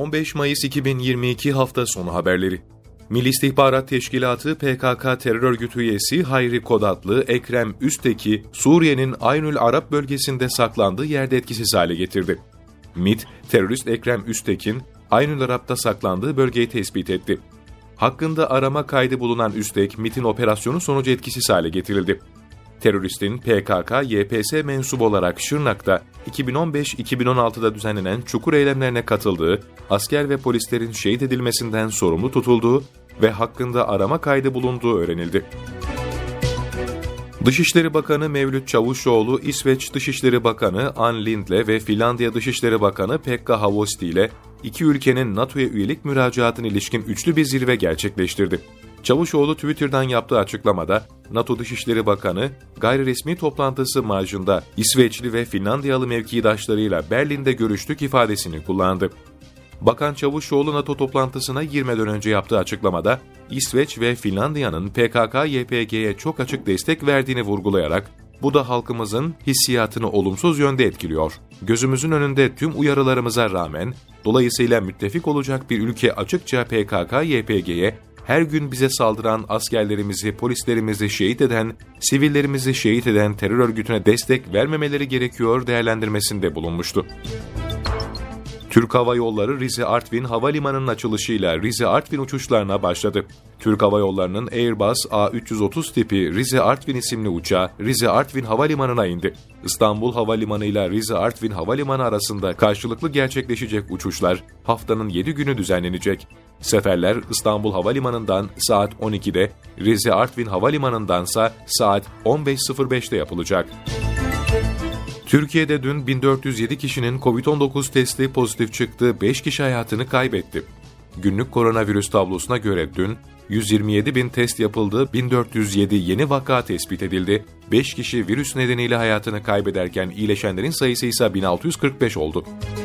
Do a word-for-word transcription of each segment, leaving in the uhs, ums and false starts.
on beş Mayıs iki bin yirmi iki hafta sonu haberleri. Milli İstihbarat Teşkilatı P K K terör örgütü üyesi Hayri Kod adlı Ekrem Üstek'i Suriye'nin Aynül Arap bölgesinde saklandığı yerde etkisiz hale getirdi. MİT, terörist Ekrem Üstek'in Aynül Arap'ta saklandığı bölgeyi tespit etti. Hakkında arama kaydı bulunan Üstek, MİT'in operasyonu sonucu etkisiz hale getirildi. Teröristin P K K Y P S mensubu olarak Şırnak'ta iki bin on beş iki bin on altıda düzenlenen çukur eylemlerine katıldığı, asker ve polislerin şehit edilmesinden sorumlu tutulduğu ve hakkında arama kaydı bulunduğu öğrenildi. Dışişleri Bakanı Mevlüt Çavuşoğlu, İsveç Dışişleri Bakanı Ann Lind'le ve Finlandiya Dışişleri Bakanı Pekka Havosti ile iki ülkenin NATO'ya üyelik müracaatına ilişkin üçlü bir zirve gerçekleştirdi. Çavuşoğlu Twitter'dan yaptığı açıklamada, NATO Dışişleri Bakanı, gayri resmi toplantısı marjında İsveçli ve Finlandiyalı mevkidaşlarıyla Berlin'de görüştük ifadesini kullandı. Bakan Çavuşoğlu NATO toplantısına girmeden önce yaptığı açıklamada, İsveç ve Finlandiya'nın P K K Y P G'ye çok açık destek verdiğini vurgulayarak, bu da halkımızın hissiyatını olumsuz yönde etkiliyor. Gözümüzün önünde tüm uyarılarımıza rağmen, dolayısıyla müttefik olacak bir ülke açıkça P K K Y P G'ye, her gün bize saldıran askerlerimizi, polislerimizi şehit eden, sivillerimizi şehit eden terör örgütüne destek vermemeleri gerekiyor değerlendirmesinde bulunmuştu. Türk Hava Yolları Rize-Artvin Havalimanı'nın açılışıyla Rize-Artvin uçuşlarına başladı. Türk Hava Yolları'nın Airbus A üç yüz otuz tipi Rize-Artvin isimli uçağı Rize-Artvin Havalimanı'na indi. İstanbul Havalimanı ile Rize-Artvin Havalimanı arasında karşılıklı gerçekleşecek uçuşlar haftanın yedi günü düzenlenecek. Seferler İstanbul Havalimanı'ndan saat on ikide, Rize-Artvin Havalimanı'ndansa saat on beş sıfır beşte yapılacak. Türkiye'de dün bin dört yüz yedi kişinin kovid on dokuz testi pozitif çıktı, beş kişi hayatını kaybetti. Günlük koronavirüs tablosuna göre dün yüz yirmi yedi bin test yapıldı, bin dört yüz yedi yeni vaka tespit edildi, beş kişi virüs nedeniyle hayatını kaybederken iyileşenlerin sayısı ise bin altı yüz kırk beş oldu.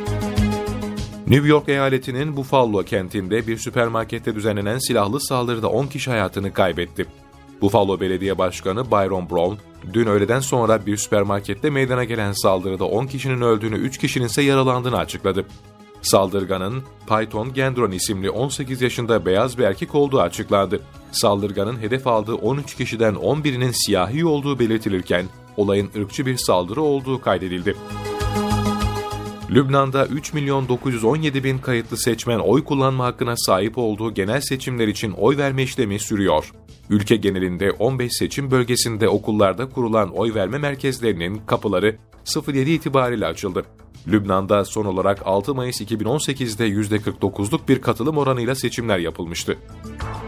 New York eyaletinin Buffalo kentinde bir süpermarkette düzenlenen silahlı saldırıda on kişi hayatını kaybetti. Buffalo Belediye Başkanı Byron Brown, dün öğleden sonra bir süpermarkette meydana gelen saldırıda on kişinin öldüğünü, üç kişinin ise yaralandığını açıkladı. Saldırganın Peyton Gendron isimli on sekiz yaşında beyaz bir erkek olduğu açıklandı. Saldırganın hedef aldığı on üç kişiden on birinin siyahi olduğu belirtilirken, olayın ırkçı bir saldırı olduğu kaydedildi. Lübnan'da üç milyon dokuz yüz on yedi bin kayıtlı seçmen oy kullanma hakkına sahip olduğu genel seçimler için oy verme işlemi sürüyor. Ülke genelinde on beş seçim bölgesinde okullarda kurulan oy verme merkezlerinin kapıları sıfır yedi itibariyle açıldı. Lübnan'da son olarak altı Mayıs iki bin on sekizde yüzde kırk dokuzluk bir katılım oranıyla seçimler yapılmıştı.